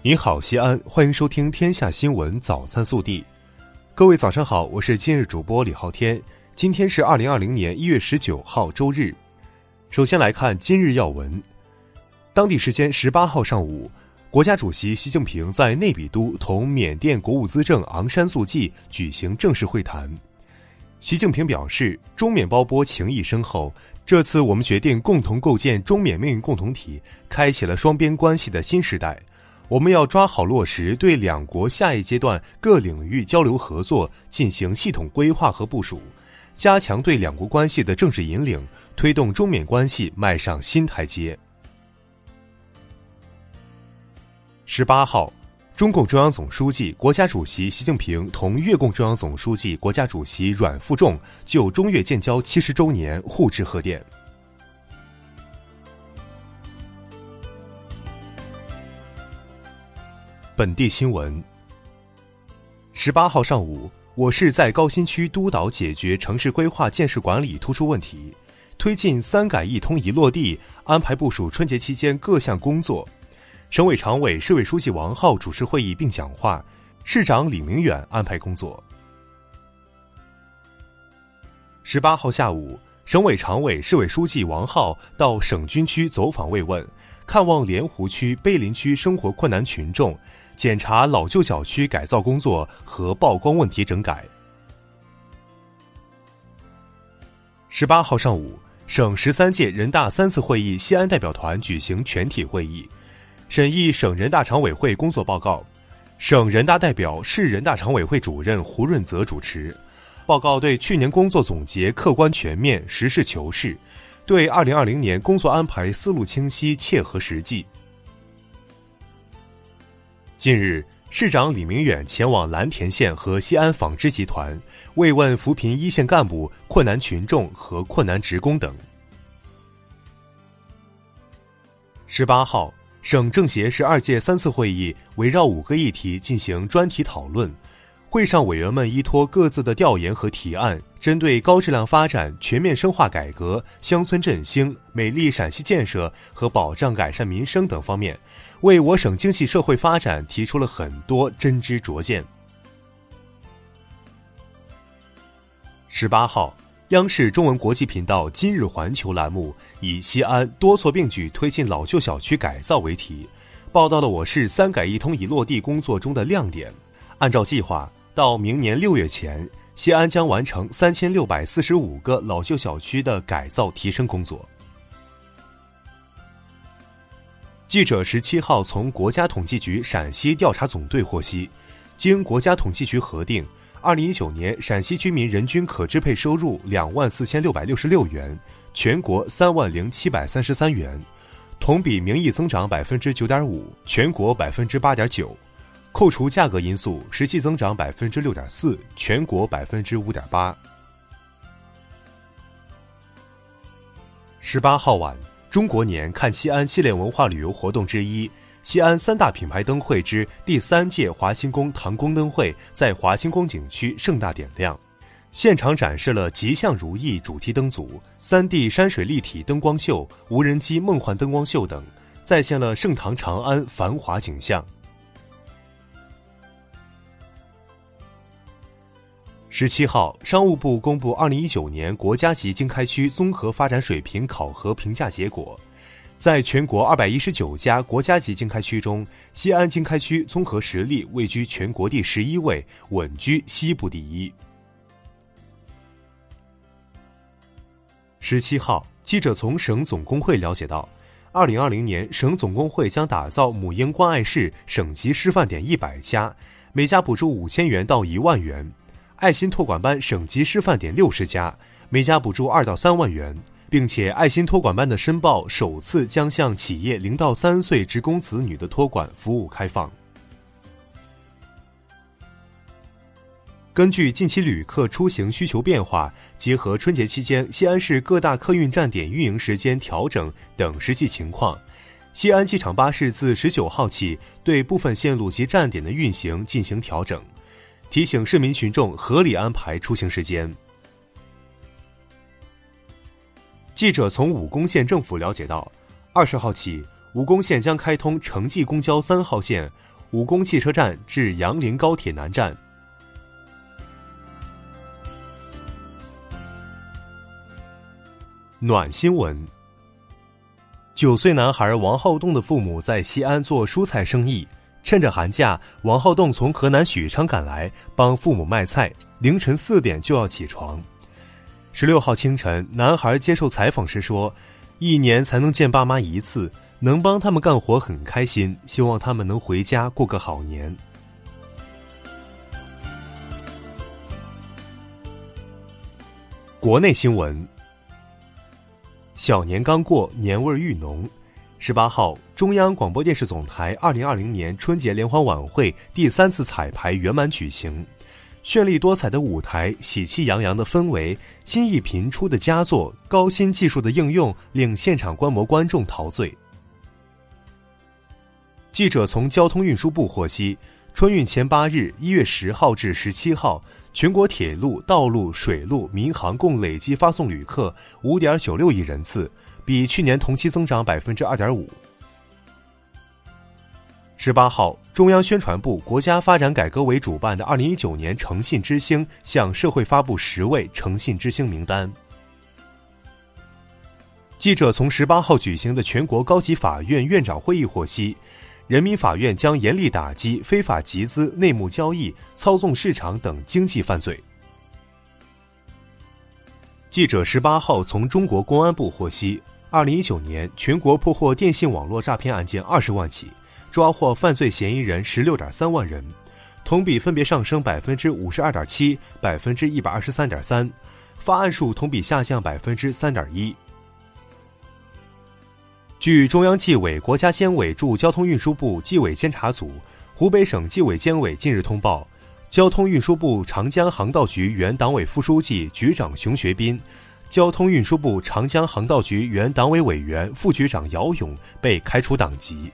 你好，西安，欢迎收听天下新闻早餐速递。各位早上好，我是今日主播李昊天。今天是2020年1月19号周日。首先来看今日要闻。当地时间18号上午，国家主席习近平在内比都同缅甸国务资政昂山素季举行正式会谈。习近平表示，中缅胞波情谊深厚，这次我们决定共同构建中缅命运共同体，开启了双边关系的新时代。我们要抓好落实对两国下一阶段各领域交流合作进行系统规划和部署，加强对两国关系的政治引领，推动中缅关系迈上新台阶。18号，中共中央总书记、国家主席习近平同越共中央总书记、国家主席阮富仲就中越建交70周年互致贺电。本地新闻。18号上午，我市在高新区督导解决城市规划建设管理突出问题，推进3改1通1落地，安排部署春节期间各项工作。省委常委、市委书记王浩主持会议并讲话，市长李明远安排工作。18号下午，省委常委、市委书记王浩到省军区走访慰问，看望莲湖区、碑林区生活困难群众，检查老旧小区改造工作和曝光问题整改。18号上午，省13届人大3次会议西安代表团举行全体会议，审议省人大常委会工作报告。省人大代表、市人大常委会主任胡润泽主持。报告对去年工作总结客观全面、实事求是，对2020年工作安排思路清晰、切合实际。近日，市长李明远前往蓝田县和西安纺织集团，慰问扶贫一线干部、困难群众和困难职工等。18号，省政协是2届3次会议围绕5个议题进行专题讨论。会上委员们依托各自的调研和提案，针对高质量发展、全面深化改革、乡村振兴、美丽陕西建设和保障改善民生等方面，为我省经济社会发展提出了很多真知灼见。18号，央视中文国际频道今日环球栏目以西安多措并举推进老旧小区改造为题，报道了我市3改1通1落地工作中的亮点。按照计划，到明年6月前，西安将完成3645个老旧小区的改造提升工作。记者17号从国家统计局陕西调查总队获悉，经国家统计局核定，2019年陕西居民人均可支配收入24666元，全国30733元，同比名义增长 9.5%， 全国 8.9%。扣除价格因素，实际增长 6.4%， 全国 5.8%。18号晚，中国年看西安系列文化旅游活动之一，西安3大品牌灯会之第3届华星宫唐宫灯会在华星宫景区盛大点亮，现场展示了吉祥如意主题灯组、3D 山水立体灯光秀、无人机梦幻灯光秀等，再现了盛唐长安繁华景象。17号，商务部公布2019年国家级经开区综合发展水平考核评价结果。在全国219家国家级经开区中，西安经开区综合实力位居全国第11位，稳居西部第一。17号，记者从省总工会了解到，2020年省总工会将打造母婴关爱室省级示范点100家，每家补助5000元到1万元。爱心托管班省级示范点60家，每家补助2到3万元，并且爱心托管班的申报首次将向企业0到3岁职工子女的托管服务开放。根据近期旅客出行需求变化，结合春节期间西安市各大客运站点运营时间调整等实际情况，西安机场巴士自19号起对部分线路及站点的运行进行调整，提醒市民群众合理安排出行时间。记者从武功县政府了解到，20号起，武功县将开通城际公交3号线、 武功汽车站至杨凌高铁南站。暖新闻：9岁男孩王浩栋的父母在西安做蔬菜生意，趁着寒假，王浩栋从河南许昌赶来帮父母卖菜，凌晨4点就要起床。16号清晨，男孩接受采访时说，1年才能见爸妈1次，能帮他们干活很开心，希望他们能回家过个好年。国内新闻：小年刚过，年味愈浓。18号，中央广播电视总台2020年春节联欢晚会第3次彩排圆满举行。绚丽多彩的舞台，喜气洋洋的氛围，新意频出的佳作，高新技术的应用，令现场观摩观众陶醉。记者从交通运输部获悉，春运前8日1月10号至17号，全国铁路、道路、水路、民航共累计发送旅客 5.96 亿人次，比去年同期增长 2.5%。18号，中央宣传部、国家发展改革委主办的2019年诚信之星向社会发布10位诚信之星名单。记者从18号举行的全国高级法院院长会议获悉，人民法院将严厉打击非法集资、内幕交易、操纵市场等经济犯罪。记者18号从中国公安部获悉，2019年全国破获电信网络诈骗案件20万起，抓获犯罪嫌疑人 16.3 万人，同比分别上升 52.7%、123.3%， 发案数同比下降 3.1%。据中央纪委国家监委驻交通运输部纪委监察组、湖北省纪委监委近日通报，交通运输部长江航道局原党委副书记、局长熊学斌，交通运输部长江航道局原党委委员、副局长姚勇被开除党籍。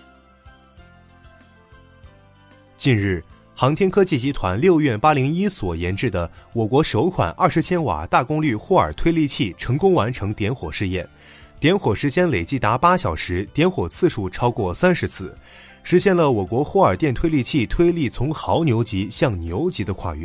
近日，航天科技集团6院801所研制的我国首款20千瓦大功率霍尔推力器成功完成点火试验，点火时间累计达8小时，点火次数超过30次，实现了我国霍尔电推力器推力从毫牛级向牛级的跨越。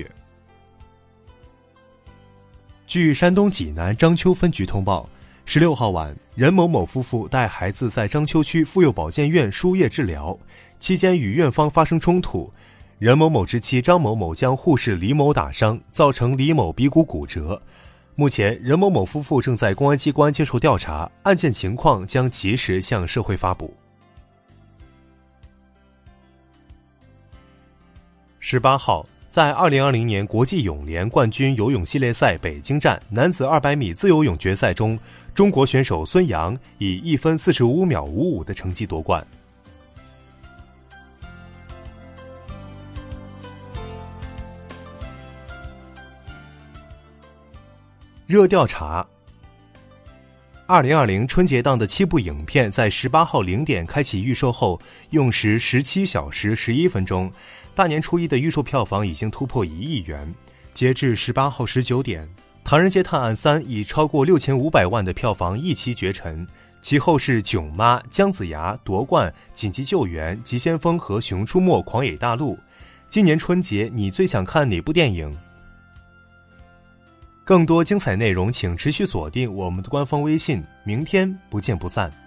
据山东济南章丘分局通报，16号晚，任某某夫妇带孩子在章丘区妇幼保健院输液治疗，期间与院方发生冲突，任某某之妻张某某将护士李某打伤，造成李某鼻骨骨折。目前，任某某夫妇正在公安机关接受调查，案件情况将及时向社会发布。18号，在2020年国际泳联冠军游泳系列赛北京站男子200米自由泳决赛中，中国选手孙杨以1分45秒55的成绩夺冠。热调查，2020春节档的7部影片在18号0点开启预售后，用时17小时11分钟，大年初一的预售票房已经突破1亿元。截至18号19点，《唐人街探案3》以超过6500万的票房一骑绝尘，其后是《囧妈》、姜子牙、夺冠、紧急救援、急先锋和《熊出没·狂野大陆》。今年春节你最想看哪部电影？更多精彩内容请持续锁定我们的官方微信，明天不见不散。